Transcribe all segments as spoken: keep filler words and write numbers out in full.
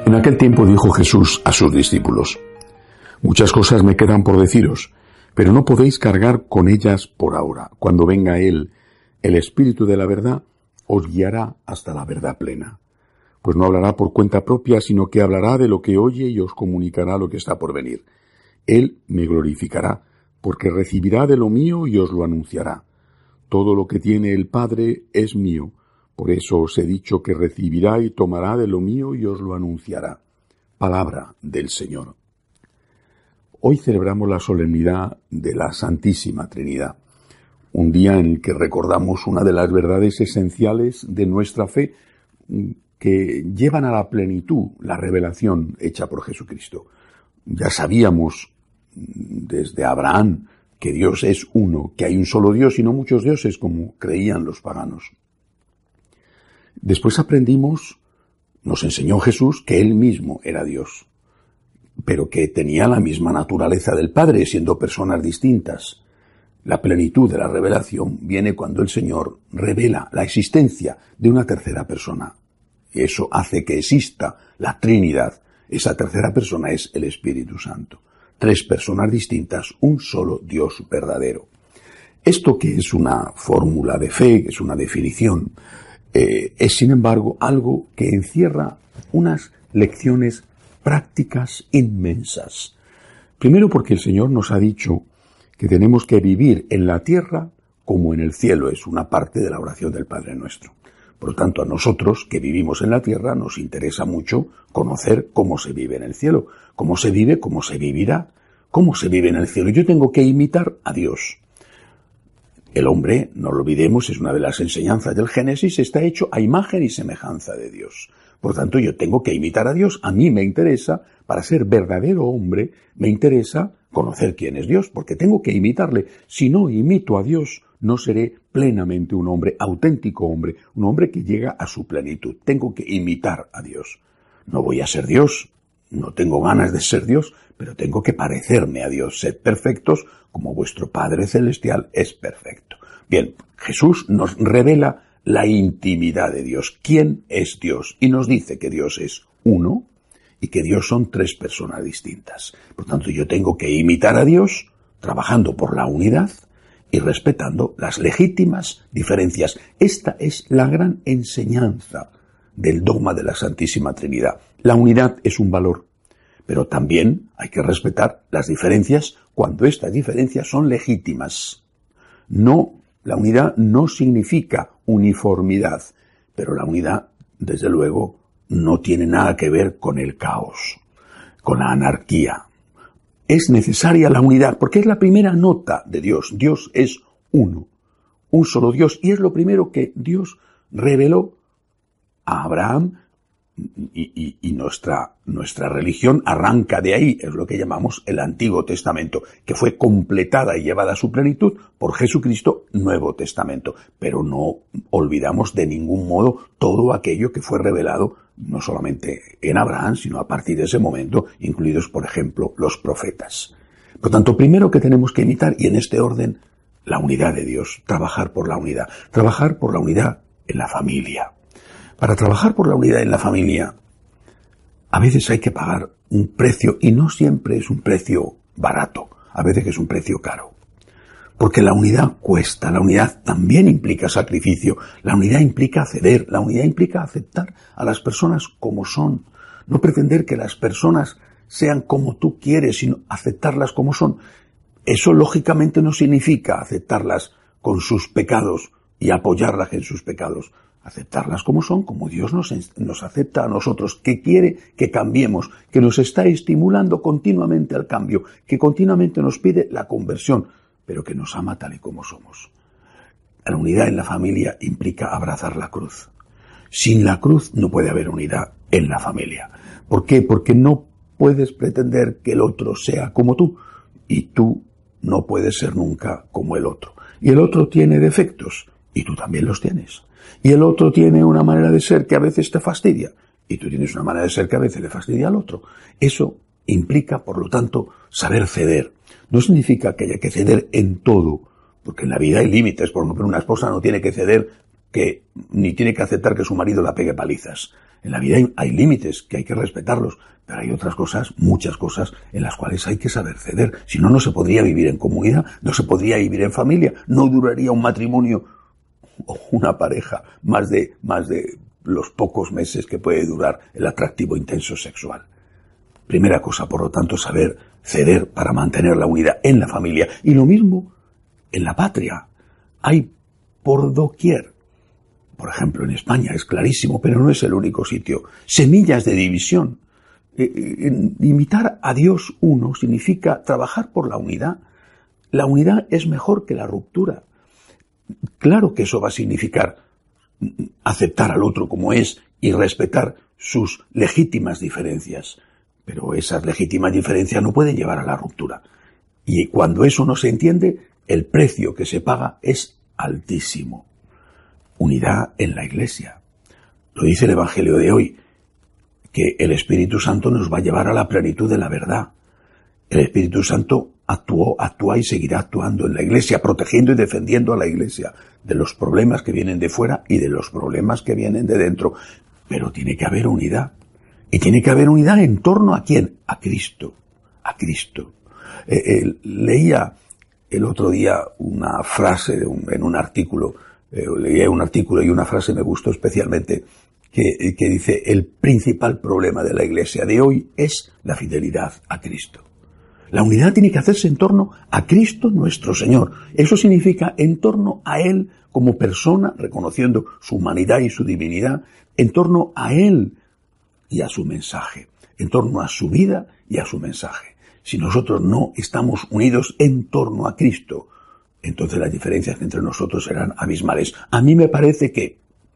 En aquel tiempo dijo Jesús a sus discípulos: muchas cosas me quedan por deciros, pero no podéis cargar con ellas por ahora. Cuando venga Él, el Espíritu de la verdad, os guiará hasta la verdad plena. Pues no hablará por cuenta propia, sino que hablará de lo que oye y os comunicará lo que está por venir. Él me glorificará, porque recibirá de lo mío y os lo anunciará. Todo lo que tiene el Padre es mío. Por eso os he dicho que recibirá y tomará de lo mío y os lo anunciará. Palabra del Señor. Hoy celebramos la solemnidad de la Santísima Trinidad, un día en el que recordamos una de las verdades esenciales de nuestra fe que llevan a la plenitud la revelación hecha por Jesucristo. Ya sabíamos desde Abraham que Dios es uno, que hay un solo Dios y no muchos dioses como creían los paganos. Después aprendimos, nos enseñó Jesús, que Él mismo era Dios, pero que tenía la misma naturaleza del Padre, siendo personas distintas. La plenitud de la revelación viene cuando el Señor revela la existencia de una tercera persona. Eso hace que exista la Trinidad. Esa tercera persona es el Espíritu Santo. Tres personas distintas, un solo Dios verdadero. Esto, que es una fórmula de fe, que es una definición, eh, es sin embargo algo que encierra unas lecciones prácticas inmensas. Primero, porque el Señor nos ha dicho que tenemos que vivir en la tierra como en el cielo. Es una parte de la oración del Padre Nuestro. Por lo tanto, a nosotros que vivimos en la tierra nos interesa mucho conocer cómo se vive en el cielo, cómo se vive, cómo se vivirá, cómo se vive en el cielo. Yo tengo que imitar a Dios. El hombre, no lo olvidemos, es una de las enseñanzas del Génesis, está hecho a imagen y semejanza de Dios. Por tanto, yo tengo que imitar a Dios. A mí me interesa, para ser verdadero hombre, me interesa conocer quién es Dios, porque tengo que imitarle. Si no imito a Dios, no seré plenamente un hombre, auténtico hombre, un hombre que llega a su plenitud. Tengo que imitar a Dios. No voy a ser Dios, no tengo ganas de ser Dios, pero tengo que parecerme a Dios. Sed perfectos como vuestro Padre Celestial es perfecto. Bien, Jesús nos revela la intimidad de Dios. ¿Quién es Dios? Y nos dice que Dios es uno y que Dios son tres personas distintas. Por tanto, yo tengo que imitar a Dios trabajando por la unidad y respetando las legítimas diferencias. Esta es la gran enseñanza del dogma de la Santísima Trinidad. La unidad es un valor, pero también hay que respetar las diferencias cuando estas diferencias son legítimas. No, la unidad no significa uniformidad, pero la unidad, desde luego, no tiene nada que ver con el caos, con la anarquía. Es necesaria la unidad, porque es la primera nota de Dios. Dios es uno, un solo Dios, y es lo primero que Dios reveló a Abraham, y, y, y nuestra, nuestra religión arranca de ahí. Es lo que llamamos el Antiguo Testamento, que fue completada y llevada a su plenitud por Jesucristo, Nuevo Testamento. Pero no olvidamos de ningún modo todo aquello que fue revelado no solamente en Abraham, sino a partir de ese momento, incluidos, por ejemplo, los profetas. Por tanto, primero que tenemos que imitar, y en este orden, la unidad de Dios, trabajar por la unidad, trabajar por la unidad en la familia. Para trabajar por la unidad en la familia, a veces hay que pagar un precio, y no siempre es un precio barato, a veces es un precio caro. Porque la unidad cuesta, la unidad también implica sacrificio, la unidad implica ceder, la unidad implica aceptar a las personas como son. No pretender que las personas sean como tú quieres, sino aceptarlas como son. Eso lógicamente no significa aceptarlas con sus pecados y apoyarlas en sus pecados. Aceptarlas como son, como Dios nos, nos acepta a nosotros, que quiere que cambiemos, que nos está estimulando continuamente al cambio, que continuamente nos pide la conversión, pero que nos ama tal y como somos. La unidad en la familia implica abrazar la cruz. Sin la cruz no puede haber unidad en la familia. ¿Por qué? Porque no puedes pretender que el otro sea como tú, y tú no puedes ser nunca como el otro. Y el otro tiene defectos, y tú también los tienes. Y el otro tiene una manera de ser que a veces te fastidia, y tú tienes una manera de ser que a veces le fastidia al otro. Eso implica, por lo tanto, saber ceder. No significa que haya que ceder en todo, porque en la vida hay límites. Por ejemplo, una esposa no tiene que ceder que ni tiene que aceptar que su marido la pegue palizas. En la vida hay, hay límites que hay que respetarlos, pero hay otras cosas, muchas cosas, en las cuales hay que saber ceder. Si no, no se podría vivir en comunidad, no se podría vivir en familia, no duraría un matrimonio o una pareja más de, más de los pocos meses que puede durar el atractivo intenso sexual. Primera cosa, por lo tanto, saber ceder para mantener la unidad en la familia. Y lo mismo en la patria. Hay por doquier. Por ejemplo, en España es clarísimo, pero no es el único sitio. Semillas de división. Eh, eh, imitar a Dios uno significa trabajar por la unidad. La unidad es mejor que la ruptura. Claro que eso va a significar aceptar al otro como es y respetar sus legítimas diferencias. Pero esas legítimas diferencias no pueden llevar a la ruptura. Y cuando eso no se entiende, el precio que se paga es altísimo. Unidad en la Iglesia. Lo dice el Evangelio de hoy, que el Espíritu Santo nos va a llevar a la plenitud de la verdad. El Espíritu Santo actuó, actúa y seguirá actuando en la Iglesia, protegiendo y defendiendo a la Iglesia de los problemas que vienen de fuera y de los problemas que vienen de dentro. Pero tiene que haber unidad. Y tiene que haber unidad en torno a ¿quién? A Cristo. A Cristo. Eh, eh, leía el otro día una frase de un, en un artículo, eh, leía un artículo y una frase me gustó especialmente, que, que dice: el principal problema de la Iglesia de hoy es la fidelidad a Cristo. La unidad tiene que hacerse en torno a Cristo nuestro Señor. Eso significa en torno a Él como persona, reconociendo su humanidad y su divinidad, en torno a Él y a su mensaje, en torno a su vida y a su mensaje. Si nosotros no estamos unidos en torno a Cristo, entonces las diferencias entre nosotros serán abismales. A mí me parece que,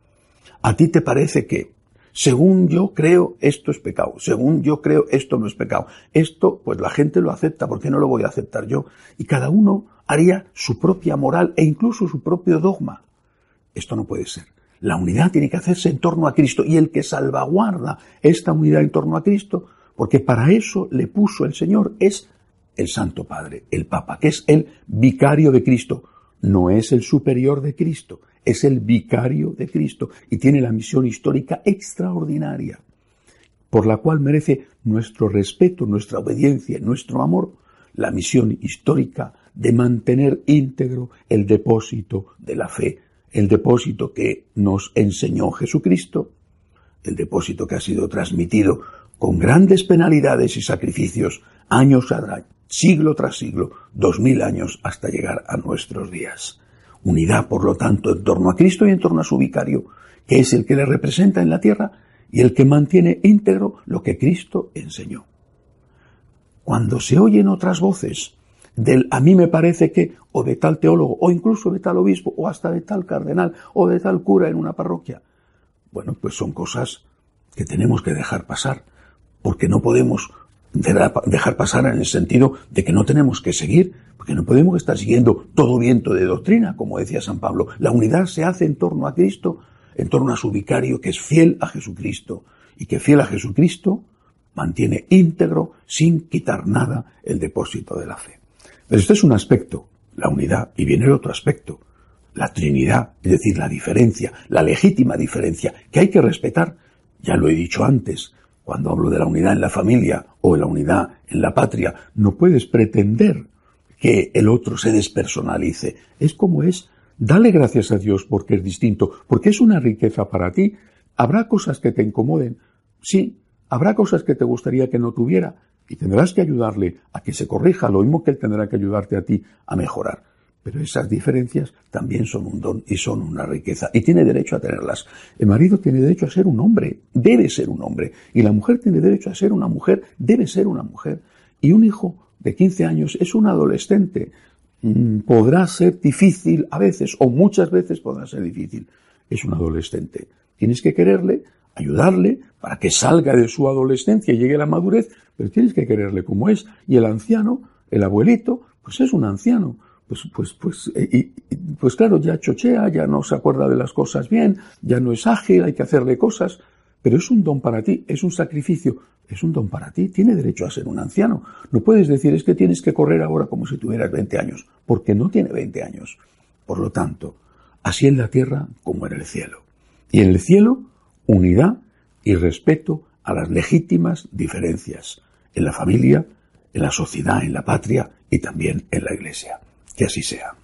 a ti te parece que, según yo creo, esto es pecado. Según yo creo, esto no es pecado. Esto, pues la gente lo acepta, ¿por qué no lo voy a aceptar yo? Y cada uno haría su propia moral e incluso su propio dogma. Esto no puede ser. La unidad tiene que hacerse en torno a Cristo, y el que salvaguarda esta unidad en torno a Cristo, porque para eso le puso el Señor, es el Santo Padre, el Papa, que es el vicario de Cristo. No es el superior de Cristo, es el vicario de Cristo, y tiene la misión histórica extraordinaria, por la cual merece nuestro respeto, nuestra obediencia, nuestro amor, la misión histórica de mantener íntegro el depósito de la fe, el depósito que nos enseñó Jesucristo, el depósito que ha sido transmitido con grandes penalidades y sacrificios, años a años, siglo tras siglo, dos mil años hasta llegar a nuestros días. Unidad, por lo tanto, en torno a Cristo y en torno a su vicario, que es el que le representa en la tierra y el que mantiene íntegro lo que Cristo enseñó. Cuando se oyen otras voces del a mí me parece que, o de tal teólogo, o incluso de tal obispo, o hasta de tal cardenal, o de tal cura en una parroquia, bueno, pues son cosas que tenemos que dejar pasar, porque no podemos dejar pasar en el sentido de que no tenemos que seguir, porque no podemos estar siguiendo todo viento de doctrina, como decía San Pablo. La unidad se hace en torno a Cristo, en torno a su vicario, que es fiel a Jesucristo, y que fiel a Jesucristo mantiene íntegro, sin quitar nada, el depósito de la fe. Pero este es un aspecto, la unidad, y viene el otro aspecto, la Trinidad, es decir, la diferencia, la legítima diferencia, que hay que respetar. Ya lo he dicho antes, cuando hablo de la unidad en la familia o de la unidad en la patria, no puedes pretender que el otro se despersonalice. Es como es. Dale gracias a Dios porque es distinto, porque es una riqueza para ti. Habrá cosas que te incomoden, sí, habrá cosas que te gustaría que no tuviera, y tendrás que ayudarle a que se corrija, lo mismo que él tendrá que ayudarte a ti a mejorar. Pero esas diferencias también son un don y son una riqueza, y tiene derecho a tenerlas. El marido tiene derecho a ser un hombre, debe ser un hombre, y la mujer tiene derecho a ser una mujer, debe ser una mujer. Y un hijo de quince años es un adolescente. Podrá ser difícil a veces, o muchas veces podrá ser difícil. Es un adolescente. Tienes que quererle, ayudarle para que salga de su adolescencia y llegue a la madurez, pero tienes que quererle como es. Y el anciano, el abuelito, pues es un anciano. Pues, pues, pues, y, y, pues claro, ya chochea, ya no se acuerda de las cosas bien, ya no es ágil, hay que hacerle cosas, pero es un don para ti, es un sacrificio, es un don para ti, tiene derecho a ser un anciano. No puedes decir, es que tienes que correr ahora como si tuvieras veinte años, porque no tiene veinte años. Por lo tanto, así en la tierra como en el cielo. Y en el cielo, unidad y respeto a las legítimas diferencias en la familia, en la sociedad, en la patria y también en la Iglesia. Que así sea.